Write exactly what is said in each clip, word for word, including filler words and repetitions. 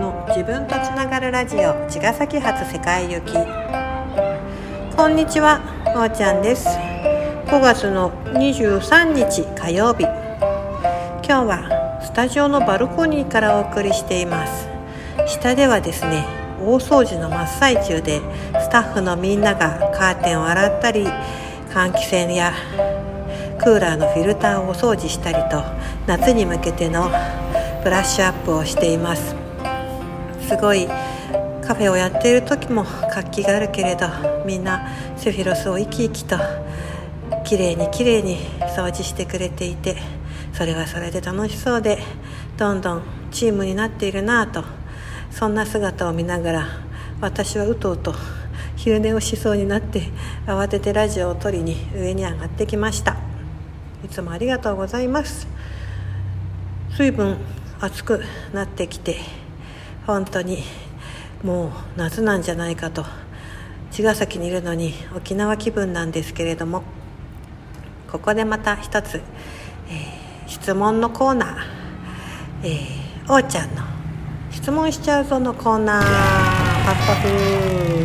の自分とつながるラジオ、茅ヶ崎発世界行き。こんにちは、おーちゃんです。ごがつのにじゅうさんにち火曜日。今日はスタジオのバルコニーからお送りしています。下ではですね、大掃除の真っ最中で、スタッフのみんながカーテンを洗ったり、換気扇やクーラーのフィルターをお掃除したりと、夏に向けてのブラッシュアップをしています。すごいカフェをやっている時も活気があるけれど、みんなセフィロスを生き生きときれいにきれいに掃除してくれていて、それはそれで楽しそうで、どんどんチームになっているなぁと、そんな姿を見ながら、私はうとうと昼寝をしそうになって、慌ててラジオを撮りに上に上がってきました。いつもありがとうございます。随分暑くなってきて、本当にもう夏なんじゃないかと、茅ヶ崎にいるのに沖縄気分なんですけれども、ここでまた一つ、えー、質問のコーナー、えー、おーちゃんの質問しちゃうぞのコーナー。パフパフ。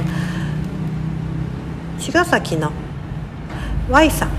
茅ヶ崎の Y さん、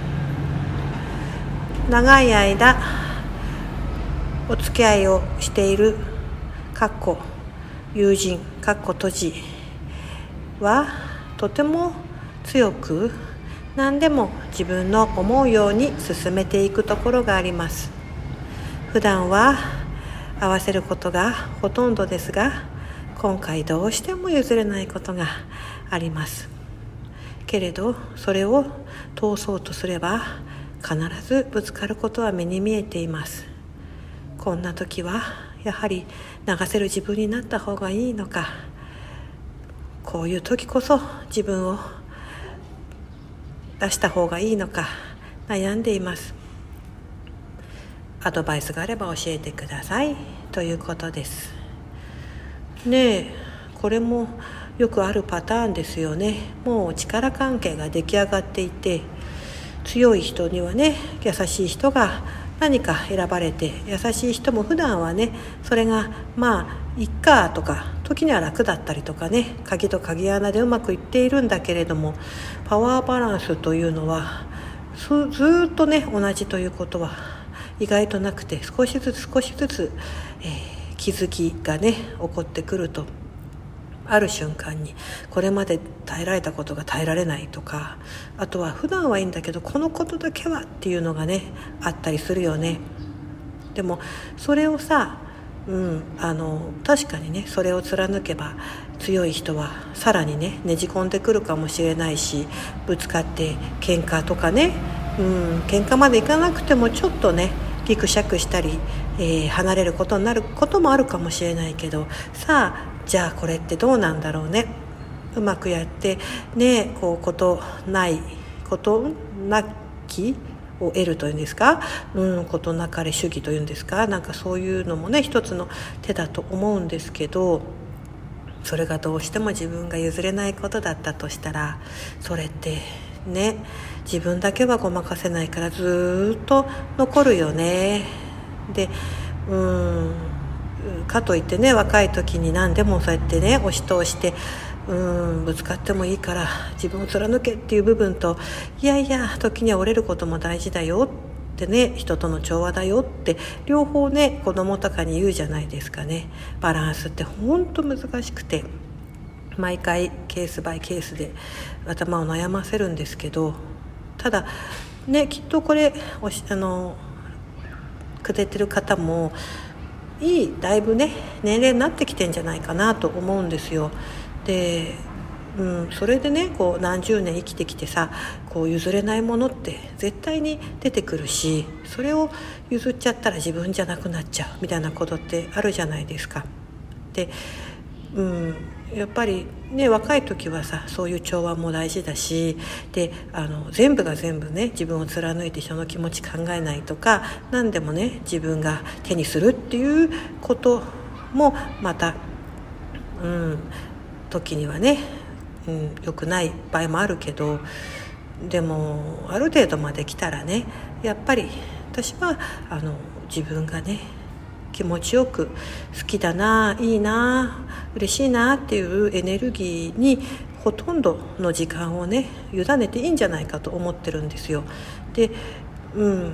長い間お付き合いをしているかっこ友人かっこ閉じは、とても強く何でも自分の思うように進めていくところがあります。普段は合わせることがほとんどですが、今回どうしても譲れないことがありますけれど、それを通そうとすれば必ずぶつかることは目に見えています。こんな時はやはり流せる自分になった方がいいのか、こういう時こそ自分を出した方がいいのか悩んでいます。アドバイスがあれば教えてくださいということですね。えこれもよくあるパターンですよね。もう力関係が出来上がっていて、強い人にはね優しい人が何か選ばれて、優しい人も普段はねそれがまあいっかとか、時には楽だったりとかね、鍵と鍵穴でうまくいっているんだけれども、パワーバランスというのはずっとね同じということは意外となくて、少しずつ少しずつ、えー、気づきがね起こってくると、ある瞬間にこれまで耐えられたことが耐えられないとか、あとは普段はいいんだけどこのことだけはっていうのがねあったりするよね。でもそれをさ、うん、あの確かにねそれを貫けば強い人はさらにねねじ込んでくるかもしれないし、ぶつかって喧嘩とかね、うん、喧嘩までいかなくてもちょっとねギクシャクしたり、えー、離れることになることもあるかもしれないけど、さあじゃあこれってどうなんだろうね。うまくやってね、こうことないことなきを得るというんですか、うん、ことなかれ主義というんですか、なんかそういうのもね一つの手だと思うんですけど、それがどうしても自分が譲れないことだったとしたら、それってね自分だけはごまかせないからずっと残るよね。で、うんかといってね若い時に何でもそうやってね押し通してうんぶつかってもいいから自分を貫けっていう部分と、いやいや時には折れることも大事だよってね、人との調和だよって両方ね子供とかに言うじゃないですかね。バランスって本当難しくて、毎回ケースバイケースで頭を悩ませるんですけど、ただねきっとこれおしあのくれてる方もいいだいぶね年齢になってきてんじゃないかなと思うんですよ。で、うん、それでねこう何十年生きてきてさ、こう譲れないものって絶対に出てくるし、それを譲っちゃったら自分じゃなくなっちゃうみたいなことってあるじゃないですか。で、うん、やっぱりね若い時はさそういう調和も大事だし、であの全部が全部ね自分を貫いて人の気持ち考えないとか、何でもね自分が手にするっていうこともまた、うん、時にはね、うん、良くない場合もあるけど、でもある程度まで来たらねやっぱり私はあの自分がね気持ちよく好きだな、いいな、嬉しいなっていうエネルギーにほとんどの時間をね委ねていいんじゃないかと思ってるんですよ。で、うん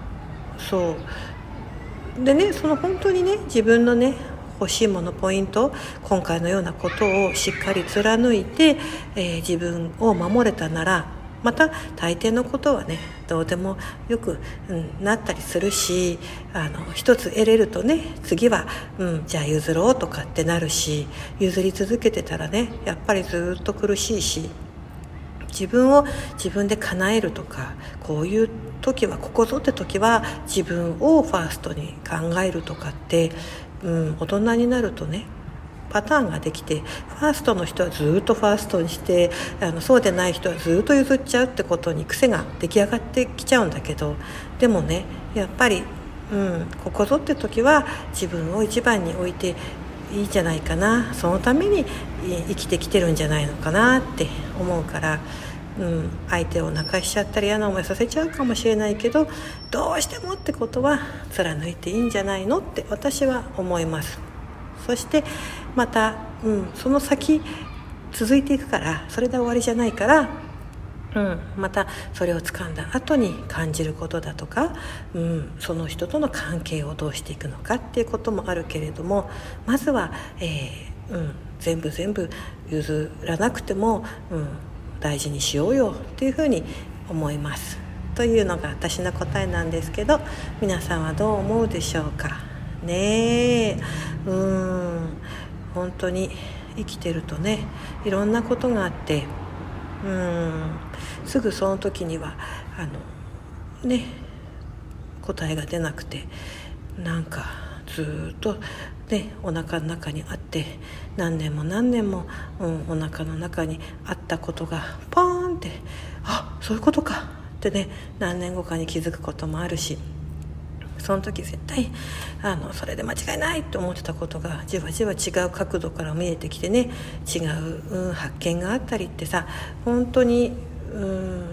そうでね、その本当にね自分のね欲しいものポイント、今回のようなことをしっかり貫いて、えー、自分を守れたなら、また大抵のことはねどうでもよく、うん、なったりするし、あの一つ得れるとね次は、うん、じゃあ譲ろうとかってなるし、譲り続けてたらねやっぱりずっと苦しいし、自分を自分で叶えるとか、こういう時はここぞって時は自分をファーストに考えるとかって、うん、大人になるとねパターンができて、ファーストの人はずっとファーストにして、あのそうでない人はずっと譲っちゃうってことに癖が出来上がってきちゃうんだけど、でもねやっぱり、うん、ここぞって時は自分を一番に置いていいんじゃないかな、そのために生きてきてるんじゃないのかなって思うから、うん、相手を泣かしちゃったり嫌な思いさせちゃうかもしれないけど、どうしてもってことは貫いていいんじゃないのって私は思います。そしてまた、うん、その先続いていくから、それで終わりじゃないから、うん、またそれを掴んだ後に感じることだとか、うん、その人との関係をどうしていくのかっていうこともあるけれども、まずは、えーうん、全部全部譲らなくても、うん、大事にしようよっていうふうに思いますというのが私の答えなんですけど、皆さんはどう思うでしょうかね。えうん本当に生きてるとねいろんなことがあって、うんすぐその時にはあのね答えが出なくて、なんかずっとねお腹の中にあって、何年も何年も、うん、お腹の中にあったことがポーンって、あそういうことかってね何年後かに気づくこともあるし、その時絶対あのそれで間違いないと思ってたことがじわじわ違う角度から見えてきてね、違う、うん、発見があったりってさ、本当に、うん、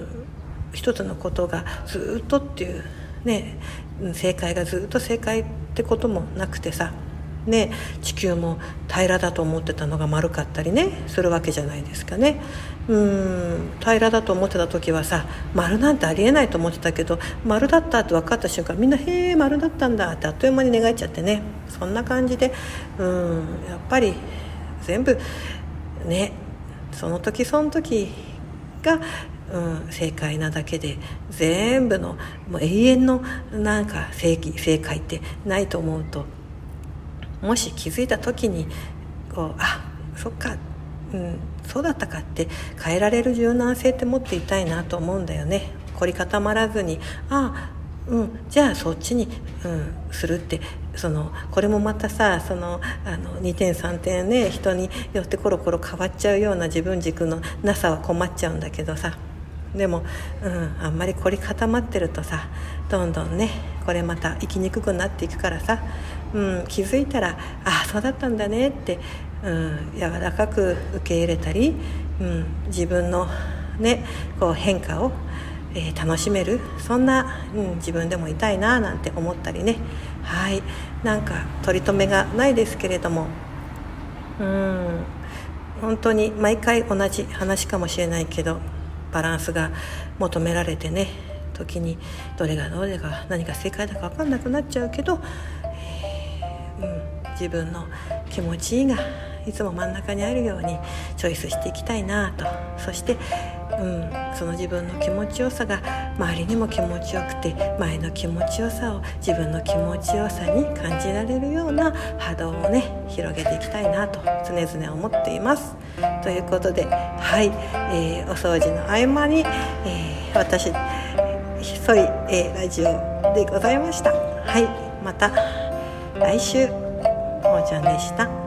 一つのことがずっとっていうね、正解がずっと正解ってこともなくてさ、ね、地球も平らだと思ってたのが丸かったりねするわけじゃないですかね。うーん平らだと思ってた時はさ、丸なんてありえないと思ってたけど、丸だったって分かった瞬間みんなへえ丸だったんだってあっという間に願いちゃってね、そんな感じで、うーんやっぱり全部ねその時その時がうん、正解なだけで、全部のもう永遠のなんか正義正解ってないと思うと、もし気づいた時にこうあそっか、うん、そうだったかって変えられる柔軟性って持っていたいなと思うんだよね。凝り固まらずに、あうん、じゃあそっちに、うん、するって、そのこれもまたさ、そのあのにてんさんてんね人によってコロコロ変わっちゃうような自分軸のなさは困っちゃうんだけどさ、でも、うん、あんまり凝り固まってるとさ、どんどんねこれまた生きにくくなっていくからさ、うん、気づいたらあそうだったんだねって、うん、柔らかく受け入れたり、うん、自分の、ね、こう変化を、えー、楽しめる、そんな、うん、自分でもいたいななんて思ったりね。はい、なんか取り留めがないですけれども、うん本当に毎回同じ話かもしれないけど、バランスが求められてね、時にどれがどれが何が正解だか分かんなくなっちゃうけど、えーうん、自分の気持ちがいつも真ん中にあるようにチョイスしていきたいなと。そして、うん、その自分の気持ちよさが周りにも気持ちよくて、前の気持ちよさを自分の気持ちよさに感じられるような波動をね広げていきたいなと常々思っています。ということで、はい、えー、お掃除の合間に、えー、私ひそい、えー、ラジオでございました。はい、また来週。おーちゃんでした。